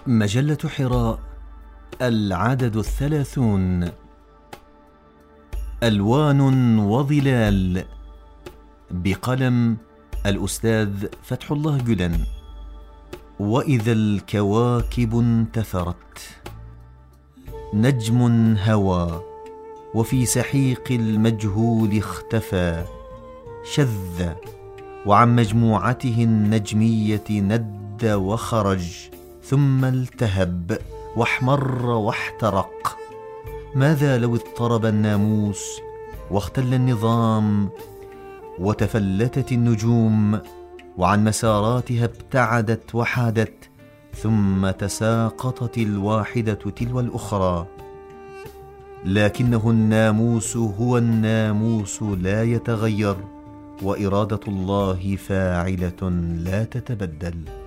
مجلة حراء، العدد 30. ألوان وظلال، بقلم الأستاذ فتح الله جلن. وإذا الكواكب انتثرت، نجم هوى وفي سحيق المجهول اختفى، شذ وعن مجموعته النجمية ند وخرج، ثم التهب واحمر واحترق. ماذا لو اضطرب الناموس واختل النظام وتفلتت النجوم وعن مساراتها ابتعدت وحادت، ثم تساقطت الواحدة تلو الأخرى؟ لكنه الناموس هو الناموس، لا يتغير، وإرادة الله فاعلة لا تتبدل.